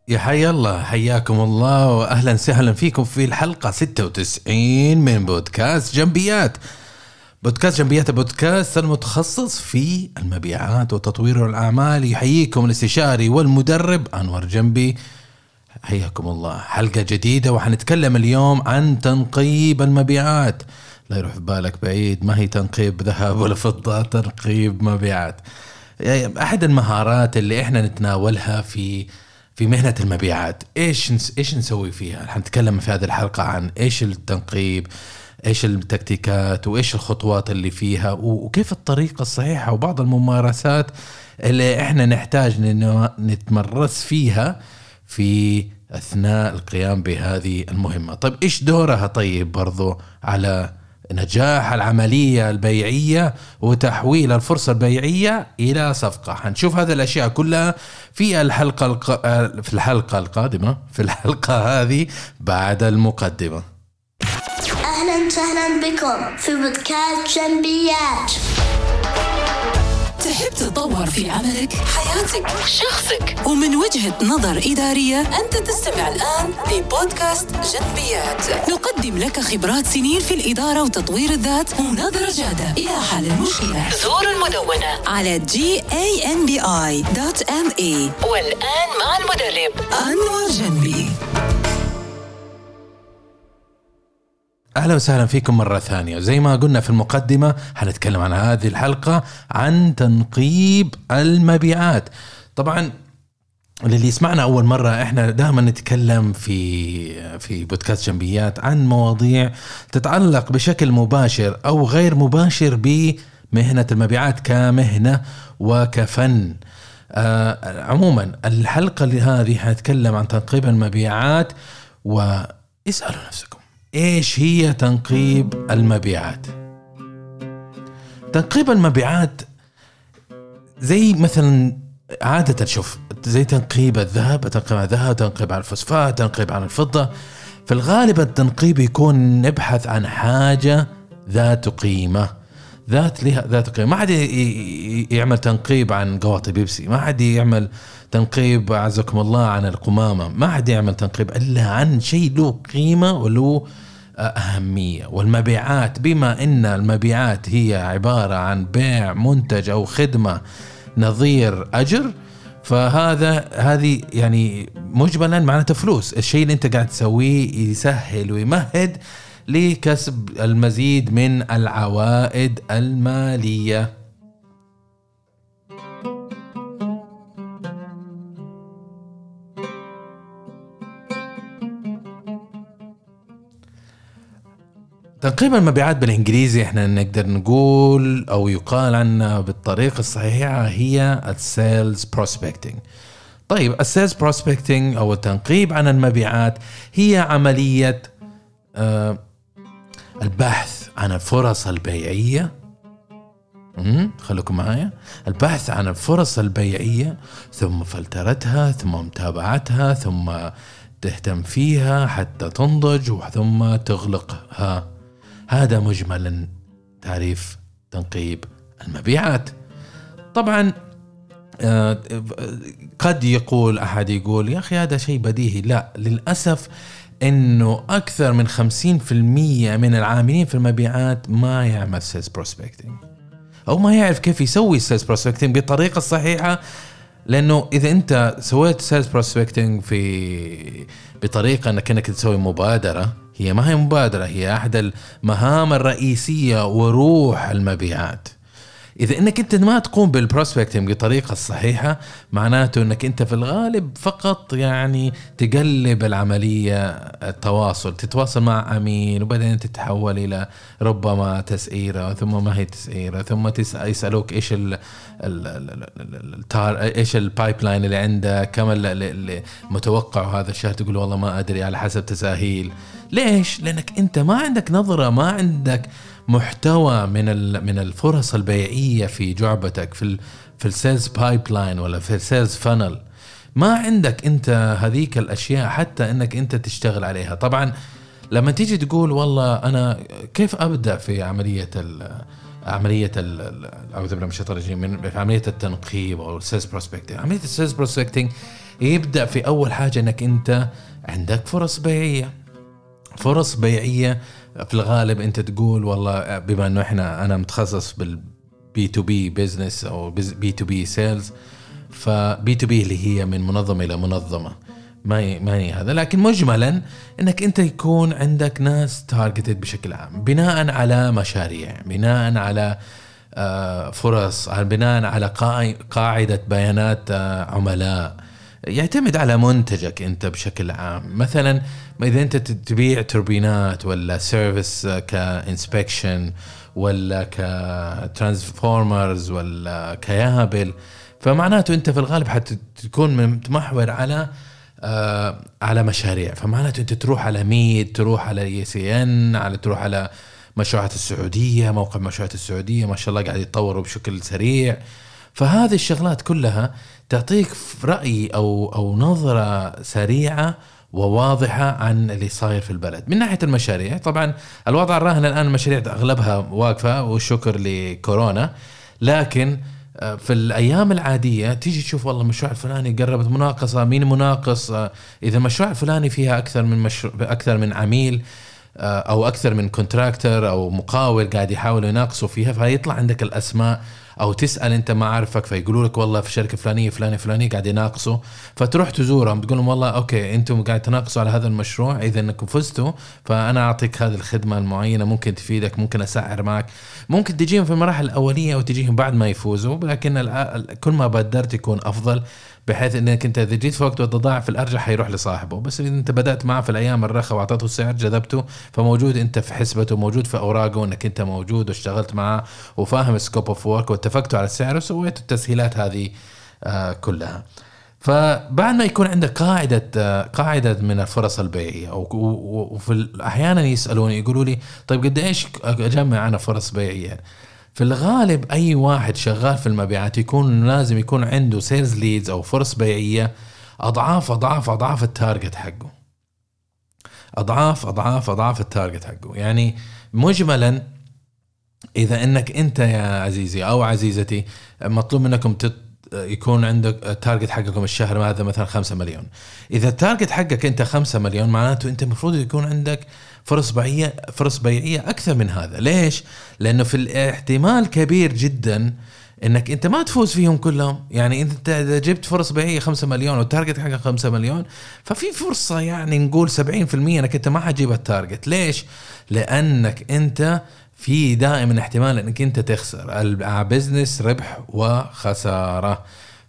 يا حي الله، حياكم الله واهلا وسهلا فيكم في الحلقه 96 من بودكاست جنبيات. بودكاست جنبيات البودكاست المتخصص في المبيعات وتطوير الاعمال. يحييكم الاستشاري والمدرب انور جنبي، حياكم الله. حلقه جديده وحنتكلم اليوم عن تنقيب المبيعات. لا يروح في بالك بعيد، ما هي تنقيب ذهب ولا فضه، تنقيب مبيعات. احد المهارات اللي احنا نتناولها في مهنة المبيعات. ايش نسوي فيها؟ حنتكلم في هذه الحلقة عن ايش التنقيب، ايش التكتيكات، وايش الخطوات اللي فيها، وكيف الطريقة الصحيحة، وبعض الممارسات اللي احنا نحتاج نتمرس فيها في اثناء القيام بهذه المهمة. طيب ايش دورها؟ طيب برضو على نجاح العملية البيعية وتحويل الفرصة البيعية إلى صفقة. هنشوف هذه الأشياء كلها في الحلقة القادمة، في الحلقة هذه بعد المقدمة. أهلا وسهلا بكم في بودكاست جنبيات. تحب تتطور في عملك، حياتك، شخصك، ومن وجهة نظر إدارية؟ أنت تستمع الآن لبودكاست جنبيات. نقدم لك خبرات سنين في الإدارة وتطوير الذات ونظرة جادة إلى حل المشكلة. زور المدونة على gambi.me. والآن مع المدرب أنور جنبي. أهلا وسهلا فيكم مرة ثانية. زي ما قلنا في المقدمة، هنتكلم عن هذه الحلقة عن تنقيب المبيعات. طبعا اللي يسمعنا أول مرة، إحنا دائما نتكلم في بودكاست جنبيات عن مواضيع تتعلق بشكل مباشر أو غير مباشر بمهنة المبيعات كمهنة وكفن. عموما الحلقة اللي هذه هنتكلم عن تنقيب المبيعات. واسألوا نفسكم، ايش هي تنقيب المبيعات؟ تنقيب المبيعات زي مثلا عادة شوف، زي تنقيب الذهب، تنقيب على الفوسفات، تنقيب على الفضة. في الغالب التنقيب يكون نبحث عن حاجة ذات قيمة، ذات قيمة. ما حد يعمل تنقيب عن قواطع بيبسي، ما حد يعمل تنقيب عزكم الله عن القمامة، ما حد يعمل تنقيب إلا عن شيء له قيمة وله أهمية. والمبيعات، بما إن المبيعات هي عبارة عن بيع منتج أو خدمة نظير أجر، هذه يعني مجملا معناته فلوس. الشيء اللي أنت قاعد تسويه يسهل ويمهد لكسب المزيد من العوائد المالية. تنقيب المبيعات بالإنجليزي احنا نقدر نقول أو يقال عنها بالطريقة الصحيحة هي السيلز بروسبكتينج. طيب السيلز بروسبكتينج أو التنقيب عن المبيعات هي عملية البحث عن الفرص البيعية. خلوكم معايا. البحث عن الفرص البيعية، ثم فلترتها، ثم متابعتها، ثم تهتم فيها حتى تنضج، ثم تغلقها. هذا مجملا تعريف تنقيب المبيعات. طبعا قد يقول أحد، يقول يا أخي هذا شيء بديهي. لا، للأسف إنه أكثر من 50% من العاملين في المبيعات ما يعمل سيلز بروسبكتينج، أو ما يعرف كيف يسوي سيلز بروسبكتينج بالطريقة الصحيحة. لأنه إذا أنت سويت سيلز بروسبكتينج بطريقة أنك تسوي مبادرة، هي ما هي مبادرة، هي أحد المهام الرئيسية وروح المبيعات. إذا إنك أنت ما تقوم بالبروسبكتينج بطريقة الصحيحة، معناته إنك أنت في الغالب فقط يعني تقلب العملية، التواصل، تتواصل مع عميل وبعدين تتحول إلى ربما تسعيرة، ثم ما هي تسعيرة، ثم يسألوك إيش إيش البايبلاين اللي عندك، كم اللي متوقع هذا الشهر، تقول والله ما أدري على حسب تساهيل. ليش؟ لأنك أنت ما عندك نظرة، ما عندك محتوى من الفرص البيعية في جعبتك، في السيلز بايبلاين ولا في السيلز فانل. ما عندك أنت هذيك الأشياء حتى أنك أنت تشتغل عليها. طبعا لما تيجي تقول والله أنا كيف أبدأ في عملية أعوذ بالله من الشيطان الرجيم، في عملية التنقيب أو السيلز بروسبكتينج. عملية السيلز بروسبكتينج يبدأ في أول حاجة أنك أنت عندك فرص بيعية. فرص بيعية في الغالب أنت تقول والله بما أنه أنا متخصص بالبي تو بي بيزنس أو بي تو بي سيلز، فبي تو بي اللي هي من منظمة إلى منظمة، ما هي هذا، لكن مجملا أنك أنت يكون عندك ناس تارجتد بشكل عام بناء على مشاريع، بناء على فرص، بناء على قاعدة بيانات عملاء، يعتمد على منتجك أنت بشكل عام. مثلا إذا أنت تبيع توربينات ولا سيرفيس كإنسبكشن ولا كترانسفورمرز ولا كيابل، فمعناته أنت في الغالب حتكون متمحور على مشاريع. فمعناته أنت تروح على ميد، تروح على ECN، تروح على مشروعات السعودية، موقع مشروعات السعودية ما شاء الله قاعد يتطوروا بشكل سريع. فهذه الشغلات كلها تعطيك رأي أو نظرة سريعة وواضحة عن اللي صاير في البلد. من ناحية المشاريع طبعا الوضع الراهن الآن المشاريع أغلبها واقفة والشكر لكورونا، لكن في الأيام العادية تيجي تشوف والله المشروع الفلاني قربت مناقصة، مين مناقص، إذا المشروع الفلاني فيها أكثر من عميل أو أكثر من كونتراكتر أو مقاول قاعد يحاولوا يناقصوا فيها، فيطلع عندك الأسماء أو تسأل أنت ما عارفك فيقولوا لك والله في شركة فلانية قاعد يناقصوا، فتروح تزورهم تقول لهم والله أوكي أنتم قاعد تناقصوا على هذا المشروع، إذا أنكم فزتوا فأنا أعطيك هذه الخدمة المعينة ممكن تفيدك، ممكن أسعر معك. ممكن تجيهم في المراحل الأولية أو تجيهم بعد ما يفوزوا، لكن كل ما بدرت يكون أفضل، بحيث انك انت اذا جيت في وقت الضعف الارجح حيروح لصاحبه. بس اذا انت بدات معه في الايام الرخاء واعطيته السعر جذبته، فموجود انت في حسبته، موجود في اوراقه انك انت موجود واشتغلت معه وفاهم سكوب اوف وورك واتفقتوا على السعر وسويتوا التسهيلات هذه كلها. فبعد ما يكون عندك قاعدة من الفرص البيعية، وفي احيانا يسالوني يقولوا لي طيب قد ايش اجمع انا فرص بيعية؟ في الغالب أي واحد شغال في المبيعات لازم يكون عنده سيلز ليدز أو فرص بيعية أضعاف التارجت حقه، أضعاف التارجت حقه. يعني مجملا إذا إنك أنت يا عزيزي أو عزيزتي مطلوب منكم يكون عندك تارجت حقكم الشهر هذا مثلا 5 مليون، إذا التارجت حقك أنت 5 مليون معناته أنت مفروض يكون عندك فرص بيعية أكثر من هذا. ليش؟ لأنه في الاحتمال كبير جدا إنك أنت ما تفوز فيهم كلهم. يعني أنت إذا جبت فرص بيعية 5 مليون والتارجت حقك 5 مليون، ففي فرصة يعني نقول 70% إنك أنت ما حتجيب التارجت. ليش؟ لأنك أنت في دائما احتمال إنك أنت تخسر. البزنس ربح وخسارة،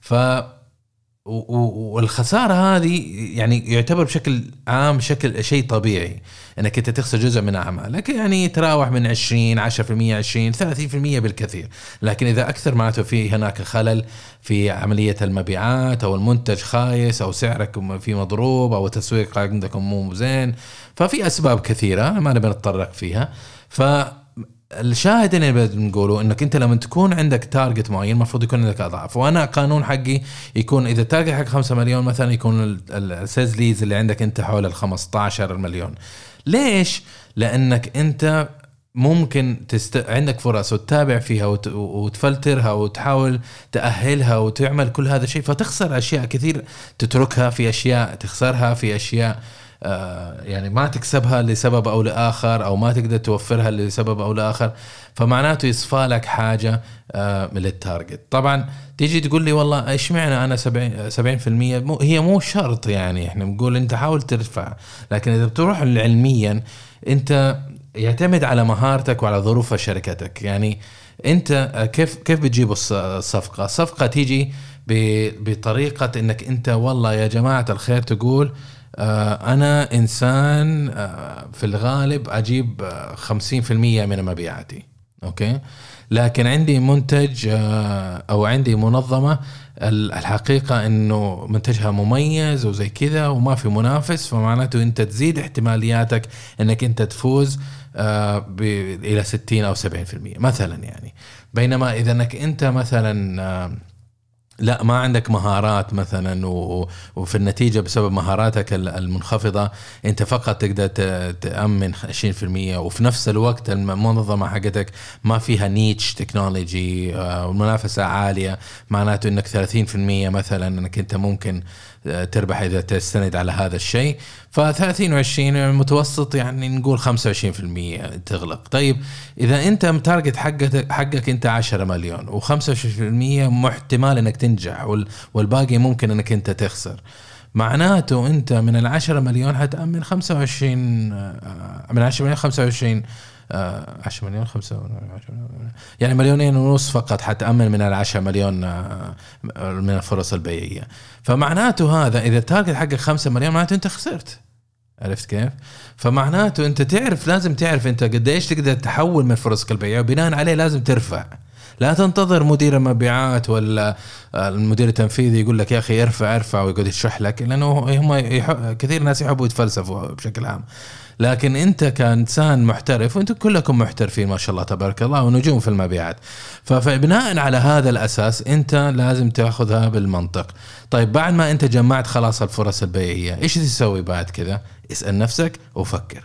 والخسارة هذه يعني يعتبر بشكل عام شيء طبيعي انك انت تخسر جزء من اعمالك، يعني تراوح من 20 10% 20 30% بالكثير. لكن اذا اكثر معناته في هناك خلل في عملية المبيعات او المنتج خايس او سعرك في مضروب او التسويق عندكم مو زين، ففي اسباب كثيرة ما نبي نتطرق فيها. الشاهد اللي بنقوله انك انت لما تكون عندك تارجت معين المفروض يكون عندك اضعاف. وانا قانون حقي يكون اذا التارجت حق 5 مليون مثلا يكون السيلز ليدز اللي عندك انت حول 15 مليون. ليش؟ لانك انت ممكن عندك فرص وتتابع فيها وتفلترها وتحاول تأهلها وتعمل كل هذا الشيء، فتخسر اشياء كثير، تتركها في اشياء تخسرها، في اشياء يعني ما تكسبها لسبب أو لآخر، أو ما تقدر توفرها لسبب أو لآخر، فمعناته يصفى لك حاجة من التارجت. طبعا تيجي تقول لي والله إيش معنى أنا 70%؟ هي مو شرط، يعني إحنا بنقول أنت حاول ترفع، لكن إذا بتروح علميا أنت يعتمد على مهارتك وعلى ظروف شركتك. يعني أنت كيف بتجيب الصفقة تيجي بطريقة إنك أنت والله يا جماعة الخير تقول أنا إنسان في الغالب أجيب 50% من مبيعاتي، أوكي، لكن عندي منتج أو عندي منظمة الحقيقة إنه منتجها مميز وزي كذا وما في منافس، فمعناته أنت تزيد احتمالياتك إنك أنت تفوز إلى 60 أو 70% مثلا. يعني بينما إذا إنك أنت مثلا لا ما عندك مهارات مثلا وفي النتيجة بسبب مهاراتك المنخفضة انت فقط تقدر تأمن 20%، وفي نفس الوقت المنظمة حقتك ما فيها نيتش تكنولوجي والمنافسة عالية، معناته انك 30% مثلا انك انت ممكن تربح إذا تستند على هذا الشيء. ف30 و20 المتوسط يعني نقول 25% تغلق. طيب إذا أنت متارجت حقك أنت 10 مليون و25% محتمل أنك تنجح والباقي ممكن أنك أنت تخسر، معناته أنت من 10 مليون هتأمن 25 من 10 مليون 25 10 مليون 5 يعني 2.5 مليون فقط حتأمن من 10 مليون من الفرص البيعية. فمعناته هذا إذا التارجت حقك 5 مليون معناته أنت خسرت. عرفت كيف؟ فمعناته أنت تعرف، لازم تعرف أنت قديش تقدر تحول من فرصك البيعية، وبناء عليه لازم ترفع. لا تنتظر مدير المبيعات ولا المدير التنفيذي يقول لك يا أخي ارفع ويقعد يشرح لك، لأنه هم كثير ناس يحبوا يتفلسفوا بشكل عام. لكن أنت كإنسان محترف، وأنتم كلكم محترفين ما شاء الله تبارك الله ونجوم في المبيعات، فبناء على هذا الأساس أنت لازم تأخذها بالمنطق. طيب بعد ما أنت جمعت خلاص الفرص البيعية، إيش تسوي بعد كذا؟ اسأل نفسك وفكر.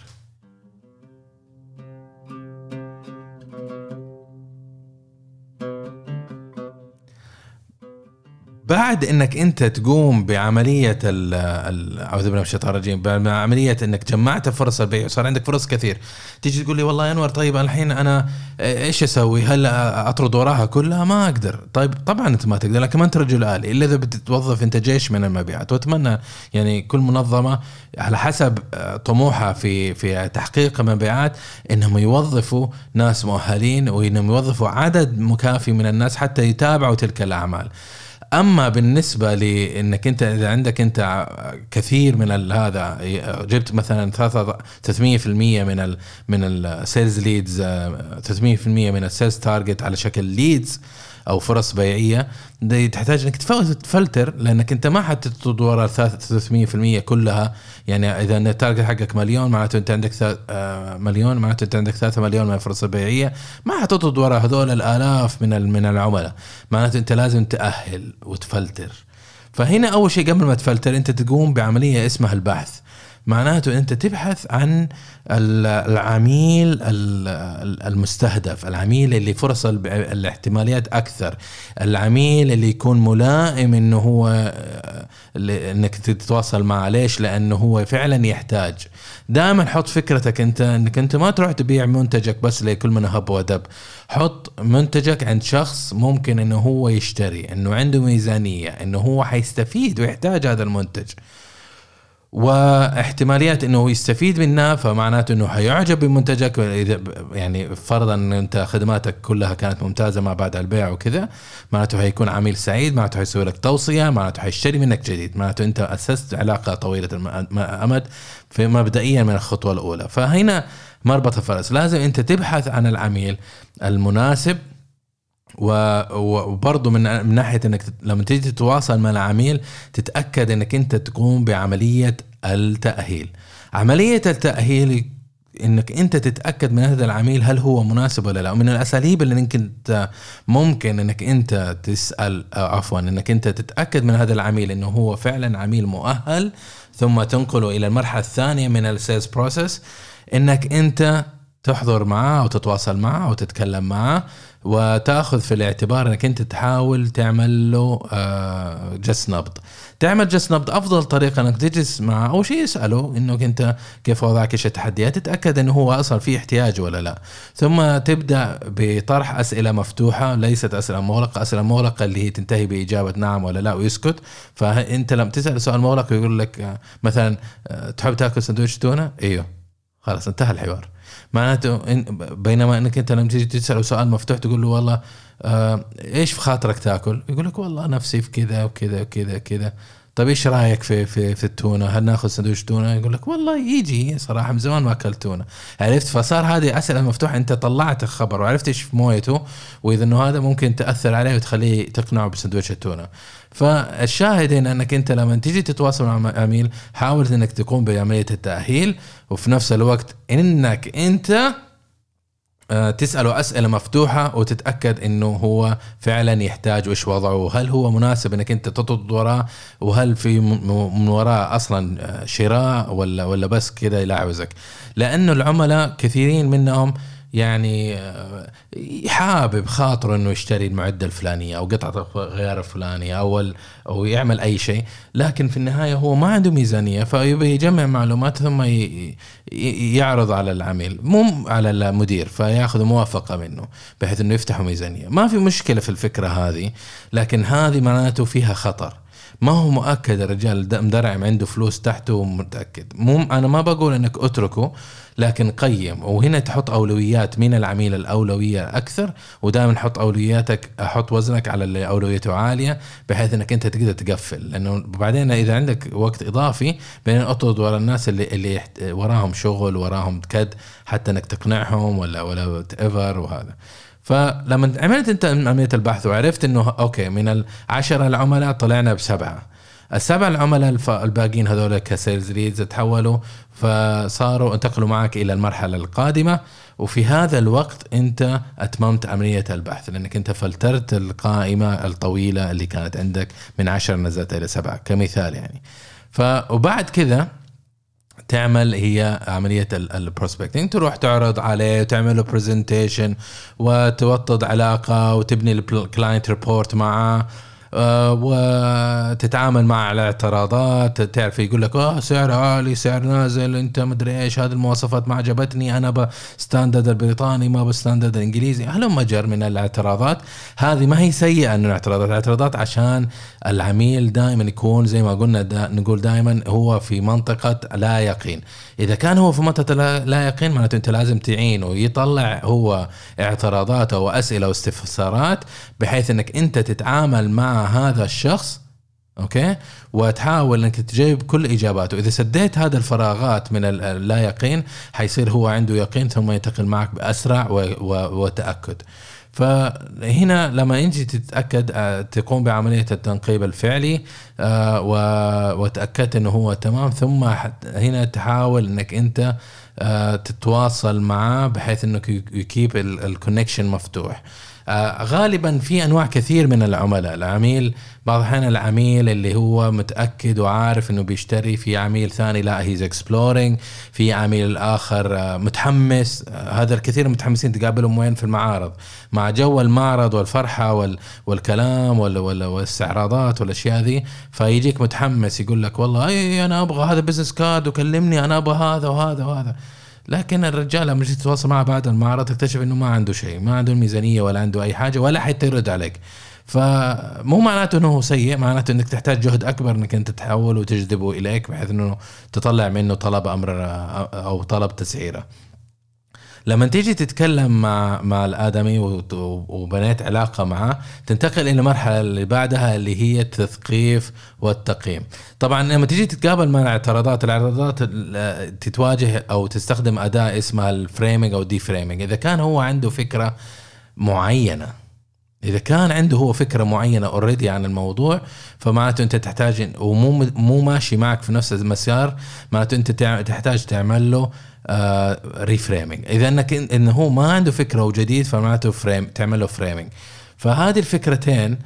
بعد انك انت تقوم بعمليه اعوذ بالله من الشيطان الرجيم، بعمليه انك جمعت فرص البيع وصار عندك فرص كثير، تيجي تقول لي والله يا انور طيب الحين انا ايش اسوي؟ هل اطرد وراها كلها؟ ما اقدر. طيب طبعا انت ما تقدر، لكن ما انت رجل آلي الا اذا بتتوظف انت جيش من المبيعات. واتمنى يعني كل منظمه على حسب طموحها في تحقيق المبيعات انهم يوظفوا ناس مؤهلين، وانهم يوظفوا عدد مكافي من الناس حتى يتابعوا تلك الاعمال. اما بالنسبه لانك انت اذا عندك انت كثير من هذا، جبت مثلا 300% من السيلز ليدز، 300% من السيلز تارجت على شكل ليدز او فرص بيعيه، تحتاج انك تفلتر، لانك انت ما حتطرد ورا 300% كلها. يعني اذا التارجت حقك مليون معناته انت عندك مليون، معناته انت عندك 3 مليون من الفرص البيعيه، ما حتطرد ورا هذول الالاف من العملاء، معناته انت لازم تأهل وتفلتر. فهنا اول شيء قبل ما تفلتر انت تقوم بعمليه اسمها البحث. معناته انت تبحث عن العميل المستهدف، العميل اللي فرص الاحتماليات اكثر، العميل اللي يكون ملائم انه هو انك تتواصل معه. ليش؟ لانه هو فعلا يحتاج. دائما حط فكرتك انت انك انت ما تروح تبيع منتجك بس لكل من هب ودب، حط منتجك عند شخص ممكن انه هو يشتري، انه عنده ميزانية، انه هو حيستفيد ويحتاج هذا المنتج، واحتماليات انه يستفيد منها، فمعناته انه هيعجب بمنتجك. يعني فرضا ان انت خدماتك كلها كانت ممتازه مع بعد البيع وكذا، معناته هيكون عميل سعيد، معناته هيسوي لك توصيه، معناته هيشتري منك جديد، معناته انت اسست علاقه طويله الامد في مبدئيا من الخطوه الاولى. فهنا مربط الفرس، لازم انت تبحث عن العميل المناسب. وبرضه من ناحية انك لما تيجي تتواصل مع العميل تتأكد انك انت تقوم بعملية التأهيل. عملية التأهيل انك انت تتأكد من هذا العميل هل هو مناسب ولا لا. ومن الاساليب اللي ممكن انك انت تسأل انك انت تتأكد من هذا العميل انه هو فعلا عميل مؤهل، ثم تنقله الى المرحلة الثانية من السيلز بروسيس، انك انت تحضر معه وتتواصل معه وتتكلم معه، وتأخذ في الاعتبار انك انت تحاول تعمل له جس نبض. تعمل جس نبض افضل طريقه انك تجلس معه، اول شيء اساله انك انت كيف وضعك، ايش التحديات، تتاكد انه هو اصلا في احتياج ولا لا. ثم تبدا بطرح اسئله مفتوحه، ليست اسئله مغلقه. اسئله مغلقه اللي هي تنتهي باجابه نعم ولا لا ويسكت. فانت لما تسال سؤال مغلق ويقول لك مثلا تحب تاكل سندويش تونه؟ ايوه، خلاص انتهى الحوار. معناته بينما انك انت لما تيجي تساله سؤال مفتوح تقول له والله ايش في خاطرك تاكل، يقول لك والله نفسي في كذا وكذا وكذا كذا. طيب ايش رايك في التونه، هل ناخذ سندويش تونه؟ يقول لك والله يجي صراحه من زمان ما اكلت تونه. عرفت؟ فصار هذه اسئله مفتوحه، انت طلعت الخبر وعرفت ايش في مويته، واذا انه هذا ممكن تاثر عليه وتخليه تقنعه بسندويش التونه. فالشاهد هنا انك انت لما تيجي تتواصل مع عميل حاول انك تقوم بعمليه التاهيل، وفي نفس الوقت انك انت تسأله أسئلة مفتوحة وتتأكد إنه هو فعلا يحتاج وإيش وضعه، وهل هو مناسب إنك أنت تطرد وراه، وهل في من وراه أصلا شراء ولا بس كده يلاعوزك. لأنه العملاء كثيرين منهم يعني حابب خاطر انه يشتري المعدة الفلانية او قطعة غيار الفلانية او يعمل اي شيء، لكن في النهاية هو ما عنده ميزانية، فيبي يجمع معلومات ثم يعرض على العميل مو على المدير فياخذ موافقة منه بحيث انه يفتحوا ميزانية. ما في مشكلة في الفكرة هذه، لكن هذه معناته فيها خطر. ما هو مؤكد الرجال مدرعم عنده فلوس تحته ومتأكد. أنا ما بقول أنك أتركه، لكن قيم، وهنا تحط أولويات من العميل الأولوية أكثر، ودائما حط أولوياتك، حط وزنك على اللي أولويته عالية بحيث أنك أنت تقدر تقفل. لأنه بعدين إذا عندك وقت إضافي بين أطرد وراء الناس اللي وراهم شغل وراهم كد حتى أنك تقنعهم ولا تأفر وهذا. فلما عملت انت عملية البحث وعرفت انه اوكي من 10 العملاء طلعنا ب7، ال7 العملاء الباقيين هذول كسيلز ليدز تحولوا فصاروا انتقلوا معك الى المرحلة القادمة، وفي هذا الوقت انت اتممت عملية البحث لانك انت فلترت القائمة الطويلة اللي كانت عندك من 10 نزلت الى 7 كمثال يعني. وبعد كذا تعمل هي عملية البروسبكتينج، تروح تعرض عليه وتعمل له برزنتيشن وتوطد علاقة وتبني الكلاينت ريبورت معه، وتتعامل مع الاعتراضات. تعرف يقول لك سعر عالي سعر نازل انت مدري ايش، هذه المواصفات ما عجبتني، انا بستاندرد البريطاني ما بستاندرد الانجليزي. هلما جر من الاعتراضات. هذه ما هي سيئة انه الاعتراضات عشان العميل دائما يكون زي ما قلنا نقول دائما هو في منطقة لا يقين. اذا كان هو في منطقة لا يقين معناته انت لازم تعينه ويطلع هو اعتراضات او اسئلة واستفسارات بحيث انك انت تتعامل مع هذا الشخص اوكي، وتحاول انك تجيب كل اجاباته. اذا سديت هذا الفراغات من اللا يقين حيصير هو عنده يقين ثم ينتقل معك باسرع وتاكد. فهنا لما يجي تتاكد تقوم بعمليه التنقيب الفعلي وتاكدت انه هو تمام، ثم هنا تحاول انك انت تتواصل معه بحيث انك يكيب الكونكشن مفتوح. غالبا في انواع كثير من العميل بعض الأحيان العميل اللي هو متأكد وعارف انه بيشتري، في عميل ثاني لا هيز اكسبلورينج، في عميل الآخر متحمس. هذا الكثير متحمسين تقابلهم وين؟ في المعارض مع جو المعرض والفرحة والكلام والاستعراضات والأشياء ذي، فيجيك متحمس يقول لك والله أي أنا أبغى هذا بزنس كارد وكلمني أنا أبغى هذا وهذا وهذا. لكن الرجال لما تجي تتواصل معه بعد المعرض تكتشف انه ما عنده شيء، ما عنده الميزانية ولا عنده اي حاجة ولا حتى يرد عليك. فمو معناته انه سيء، معناته انك تحتاج جهد اكبر انك انت تحاول وتجذبه اليك بحيث انه تطلع منه طلب امر او طلب تسعيره. لما تيجي تتكلم مع الآدمي وبنيت علاقة معه تنتقل إلى المرحلة اللي بعدها اللي هي التثقيف والتقييم. طبعا لما تيجي تتقابل مع الاعتراضات تتواجه أو تستخدم أداة اسمها الفريمينج أو دي فريمينج. إذا كان هو عنده فكرة معينة، إذا كان عنده هو فكرة معينة already عن الموضوع، فمعناته أنت تحتاج ومو ماشي معك في نفس المسار، معناته أنت تحتاج تعمل له ريفريمينج. إذا إنه هو ما عنده فكرة وجديد فمعناته تعمل له فريمينج. فهذه الفكرتين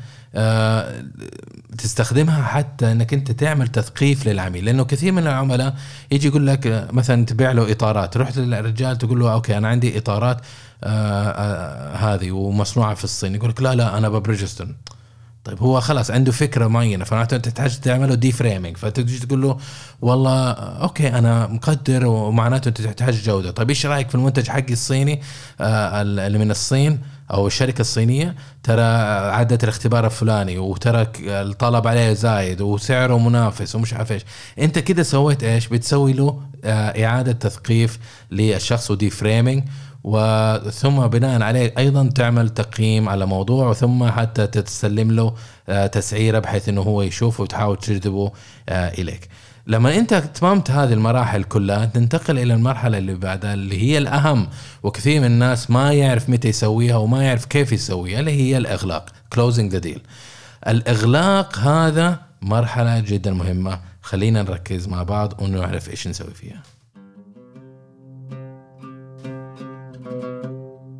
تستخدمها حتى انك انت تعمل تثقيف للعميل. لانه كثير من العملاء يجي يقول لك مثلا تبيع له اطارات، رحت للرجال تقول له اوكي انا عندي اطارات هذه ومصنوعه في الصين، يقول لك لا انا ببريدجستون. طيب هو خلاص عنده فكره معينه، فانت تحتاج تعمله دي فريمينج. فتجي تقول له والله اوكي انا مقدر ومعناته انت تحتاج جوده. طيب ايش رايك في المنتج حقي الصيني اللي من الصين او الشركه الصينيه، ترى عدت الاختبار الفلاني وترى الطلب عليه زايد وسعره منافس ومش عارف ايش. انت كده سويت ايش؟ بتسوي له اعاده تثقيف للشخص ودي فريمينج، وثم بناء عليه أيضا تعمل تقييم على موضوع، ثم حتى تتسلم له تسعيره بحيث أنه هو يشوف وتحاول تجذبه إليك. لما أنت تممت هذه المراحل كلها تنتقل إلى المرحلة اللي بعدها اللي هي الأهم، وكثير من الناس ما يعرف متى يسويها وما يعرف كيف يسويها، اللي هي الإغلاق closing the deal. الإغلاق هذا مرحلة جدا مهمة، خلينا نركز مع بعض ونعرف إيش نسوي فيها.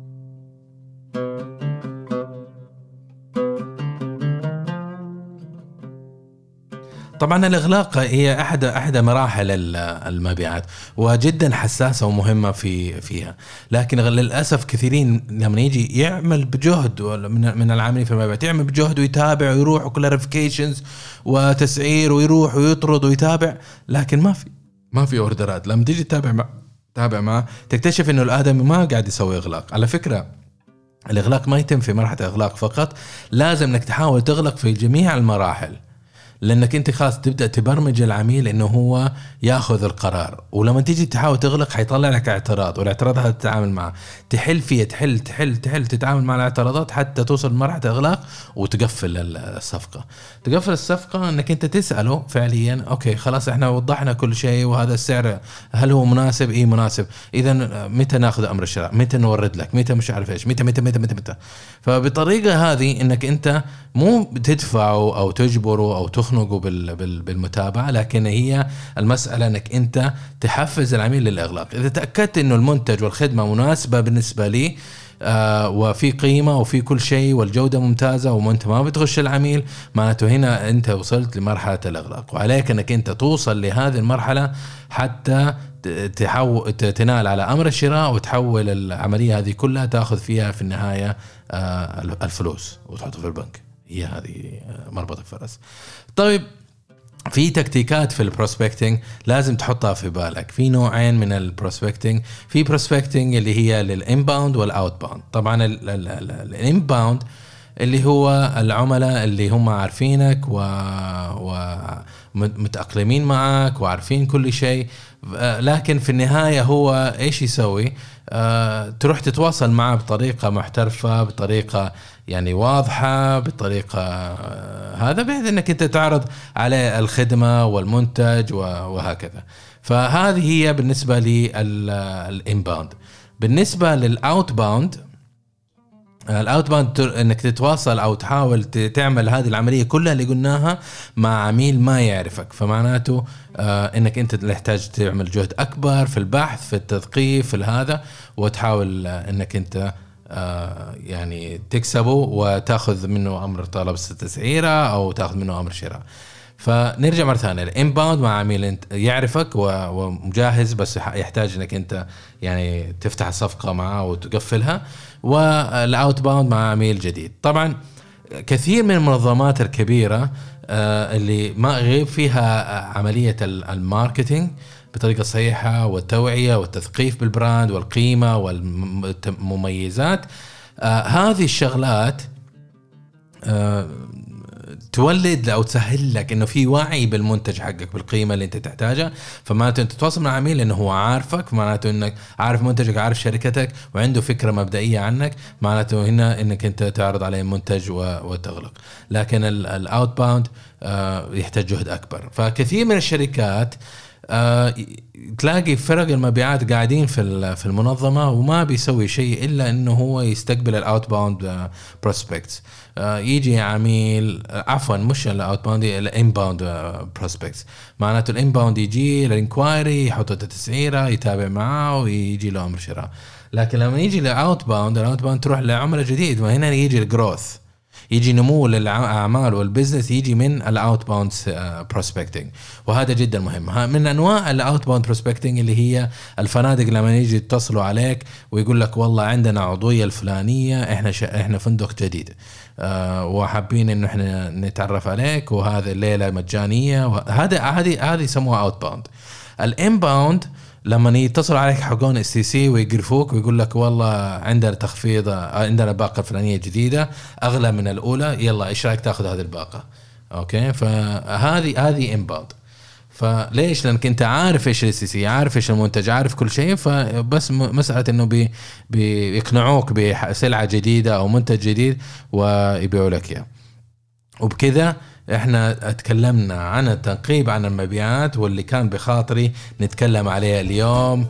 طبعا الإغلاق هي أحد مراحل المبيعات وجدا حساسة ومهمة فيها، لكن للأسف كثيرين لما يجي يعمل بجهد من العاملين في المبيعات يعمل بجهد ويتابع ويروح وكلاريفيكيشنز وتسعير ويروح ويطرد ويتابع، لكن ما في اوردرات. لما تيجي تتابع معه تكتشف إنه الآدمي ما قاعد يسوي إغلاق. على فكرة الإغلاق ما يتم في مرحلة إغلاق فقط، لازم إنك تحاول تغلق في جميع المراحل، لأنك أنت خلاص تبدأ تبرمج العميل إنه هو يأخذ القرار. ولما تيجي تحاول تغلق حيطلع لك اعتراض، والاعتراض هذا تتعامل معه، تحل فيه، تحل تتعامل مع الاعتراضات حتى توصل لمرحلة إغلاق وتقفل الصفقة. تقفل الصفقة إنك أنت تسأله فعليا أوكي خلاص إحنا وضحنا كل شيء وهذا السعر هل هو مناسب؟ إيه مناسب. إذا متى نأخذ أمر الشراء؟ متى نورد لك؟ متى مش عارف إيش؟ متى. فبطريقة هذه إنك أنت مو بتدفعه أو تجبره أو تخنقه بالمتابعة، لكن هي المسألة أنك أنت تحفز العميل للإغلاق. إذا تأكدت أنه المنتج والخدمة مناسبة بالنسبة لي وفي قيمة وفي كل شيء والجودة ممتازة وأنت ما بتغش العميل، معناته هنا أنت وصلت لمرحلة الإغلاق. وعليك أنك أنت توصل لهذه المرحلة حتى تنال على أمر الشراء وتحول العملية هذه كلها تأخذ فيها في النهاية الفلوس وتحطه في البنك. هي هذه مربط الفرس. طيب في تكتيكات في البروسبكتينج لازم تحطها في بالك. في نوعين من البروسبكتينج، في بروسبكتينج اللي هي للإنباوند والأوتباوند. طبعا الإنباوند اللي هو العملاء اللي هم عارفينك ومتأقلمين معك وعارفين كل شيء، لكن في النهاية هو إيش يسوي؟ تروح تتواصل معه بطريقة محترفة، بطريقة يعني واضحة، بطريقة هذا بحيث أنك أنت تعرض على الخدمة والمنتج وهكذا. فهذه هي بالنسبة للإنباوند. بالنسبة للأوتباوند، الأوتباوند أنك تتواصل أو تحاول تعمل هذه العملية كلها اللي قلناها مع عميل ما يعرفك، فمعناته أنك أنت تحتاج تعمل جهد أكبر في البحث، في التثقيف، في هذا، وتحاول أنك أنت يعني تكسبه وتأخذ منه أمر طلب تسعيره أو تأخذ منه أمر شراء. فنرجع مرة ثانية، الانباوند مع عميل انت يعرفك ومجهز، بس يحتاج انك انت يعني تفتح الصفقة معه وتقفلها. والاوتباوند مع عميل جديد. طبعا كثير من المنظمات الكبيرة اللي ما غيب فيها عملية الماركتينج بطريقة صحيحة والتوعية والتثقيف بالبراند والقيمة والمميزات، هذه الشغلات تولد أو تسهل لك إنه في وعي بالمنتج حقك بالقيمة اللي أنت تحتاجها. فمعناته أنت تتواصل مع عميل إنه هو عارفك، معناته إنك عارف منتجك، عارف شركتك، وعنده فكرة مبدئية عنك، معناته هنا إنك أنت تعرض عليه منتج وتغلق. لكن الأوتباوند يحتاج جهد أكبر. فكثير من الشركات تلاقي فرق المبيعات قاعدين في المنظمة وما بيسوي شيء إلا إنه هو يستقبل الأوتباوند بروسبكتس. يجي عميل، عفوا مش الأوتباوند، الإنباوند بروسبكتس، معناته الإنباوند يجي الانكوايري، يحط تسعيره، يتابع معه ويجي له أمر شراء. لكن لما يجي الأوتباوند تروح لعملاء جديد، وهنا يجي الجروث، يجي نمو للأعمال والبزنس، يجي من الأوتباوند بروسبكتينج. وهذا جدا مهم. من أنواع الأوتباوند بروسبكتينج اللي هي الفنادق لما يجي يتصلوا عليك ويقول لك والله عندنا عضوية الفلانية، إحنا فندق جديد وحابين إنه إحنا نتعرف عليك، وهذا الليلة مجانية. هذه يسموها أوتباوند. الإنباوند لما يتصل عليك حقون STC ويقرفوك ويقول لك والله عندنا تخفيض، عندنا باقة فلانية جديدة أغلى من الأولى، يلا إيش رأيك تأخذ هذه الباقة؟ أوكي، فهذه إنباوند. فليش؟ لأنك أنت عارف إيش STC، عارف إيش المنتج، عارف كل شيء، فبس مسألة إنه بيقنعوك بسلعة جديدة أو منتج جديد ويبيعوا لك إياه. وبكذا احنا اتكلمنا عن التنقيب عن المبيعات، واللي كان بخاطري نتكلم عليه اليوم،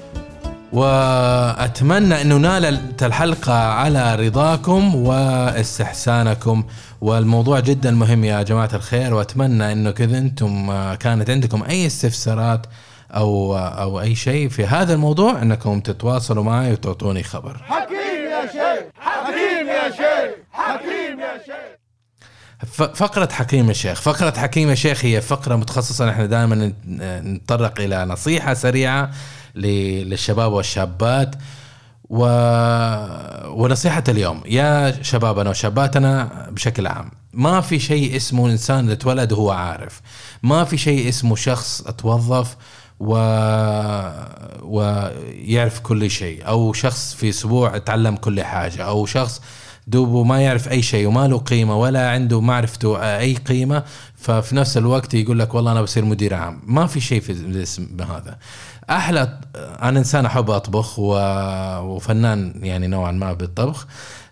واتمنى انه نالت الحلقة على رضاكم واستحسانكم. والموضوع جدا مهم يا جماعة الخير، واتمنى انه كذا انتم كانت عندكم اي استفسارات او اي شيء في هذا الموضوع انكم تتواصلوا معي وتعطوني خبر. حكيم يا شيخ، حكيم يا شيخ، حكيم يا شيخ. فقرة حكيم الشيخ. فقرة حكيم الشيخ هي فقرة متخصصة، نحن دائما نتطرق إلى نصيحة سريعة للشباب والشابات. ونصيحة اليوم يا شبابنا وشاباتنا بشكل عام، ما في شيء اسمه إنسان اتولد هو عارف، ما في شيء اسمه شخص اتوظف ويعرف كل شيء، أو شخص في أسبوع اتعلم كل حاجة، أو شخص دوبه ما يعرف أي شيء وما له قيمة ولا عنده معرفته أي قيمة، ففي نفس الوقت يقول لك والله أنا بصير مدير عام. ما في شيء في الاسم هذا. أحلى، أنا إنسان أحب أطبخ وفنان يعني نوعا ما بالطبخ،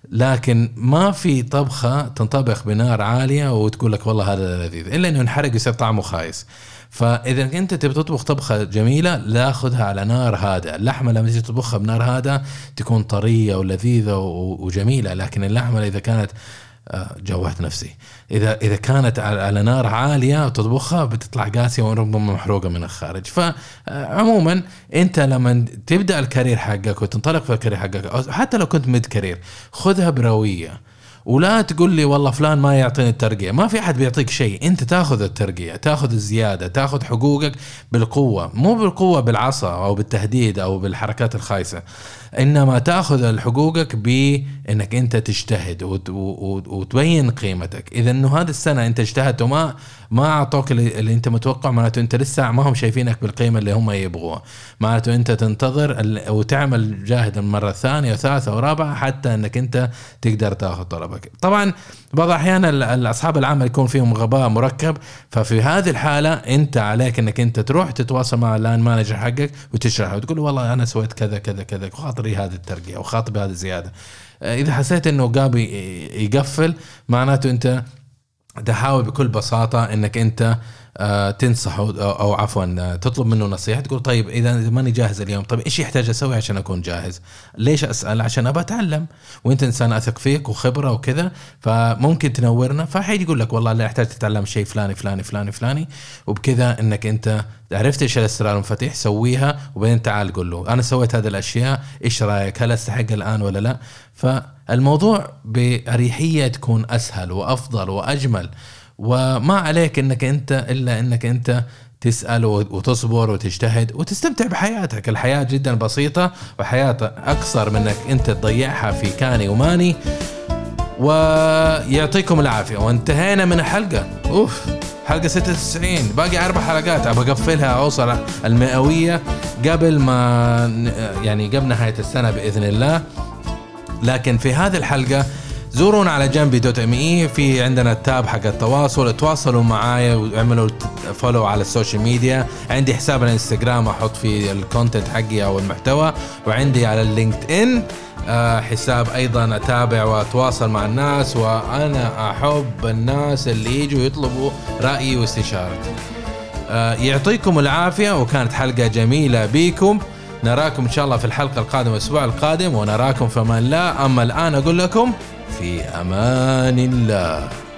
لكن ما في طبخة تنطبخ بنار عالية وتقول لك والله هذا لذيذ إلا إنه ينحرق يصير طعمه خايس. فإذا أنت تبي تطبخ طبخة جميلة لا خذها على نار هادئة. اللحمة لما تيجي تطبخها بنار هادئة تكون طرية ولذيذة وجميلة، لكن اللحمة إذا كانت جوعت نفسي إذا كانت على نار عالية وتطبخها بتطلع قاسية وربما محروقة من الخارج. فعموما أنت لما تبدأ الكارير حقك وتنطلق في الكارير حقك، حتى لو كنت ميد كارير، خذها بروية، ولا تقول لي والله فلان ما يعطيني الترقية. ما في أحد بيعطيك شيء، أنت تأخذ الترقية، تأخذ الزيادة، تأخذ حقوقك بالقوة، مو بالقوة بالعصا أو بالتهديد أو بالحركات الخايسة، إنما تأخذ حقوقك بأنك أنت تجتهد وتبين قيمتك. إذا إنه هذا السنة أنت اجتهدت وما أعطوك اللي أنت متوقع، معناته أنت لسه ما هم شايفينك بالقيمة اللي هم يبغوها، معناته أنت تنتظر وتعمل جاهد المرة الثانية وثالثة ورابعة حتى أنك أنت تقدر تأخذ طلبك. طبعا بعض الأحيان الأصحاب العمل يكون فيهم غباء مركب، ففي هذه الحالة أنت عليك أنك أنت تروح تتواصل مع اللاين مانجر حقك وتشرح وتقول والله أنا سويت كذا كذا كذا، خاطري هذه الترقية وخاطري هذه الزيادة. إذا حسيت أنه قابي يقفل، معناته أنت تحاول بكل بساطة أنك أنت تنصح أو عفوا تطلب منه نصيحة، تقول طيب إذا ماني جاهز اليوم، طيب إيش يحتاج أسوي عشان أكون جاهز؟ ليش أسأل؟ عشان أبى أتعلم، وأنت إنسان أثق فيك وخبرة وكذا، فممكن تنورنا. فحيد يقول لك والله لا يحتاج تتعلم شيء فلاني فلاني فلاني فلاني، وبكذا إنك أنت عرفت إيش الأسرار المفاتيح سويها، وبعدين تعال قل له أنا سويت هذه الأشياء، إيش رأيك؟ هل أستحق الآن ولا لا؟ فالموضوع بأريحية تكون أسهل وأفضل وأجمل، وما عليك انك انت الا انك انت تسأل وتصبر وتجتهد وتستمتع بحياتك. الحياة جدا بسيطة، وحياة اقصر من انك انت تضيعها في كاني وماني. ويعطيكم العافية، وانتهينا من الحلقة. حلقة 96، باقي 4 حلقات ابى اقفلها اوصل 100 قبل ما يعني قبل نهاية السنة بإذن الله. لكن في هذه الحلقة زورونا على جنبي.me، في عندنا التاب حق التواصل، تواصلوا معايا واعملوا فولو على السوشيال ميديا. عندي حساب على الانستغرام احط فيه الكونتنت حقي او المحتوى، وعندي على اللينكد ان حساب ايضا اتابع واتواصل مع الناس، وانا احب الناس اللي يجوا يطلبوا رأيي واستشارتي. يعطيكم العافية، وكانت حلقة جميلة بيكم. نراكم إن شاء الله في الحلقة القادمة الأسبوع القادم، ونراكم في أمان الله. أما الآن أقول لكم في أمان الله.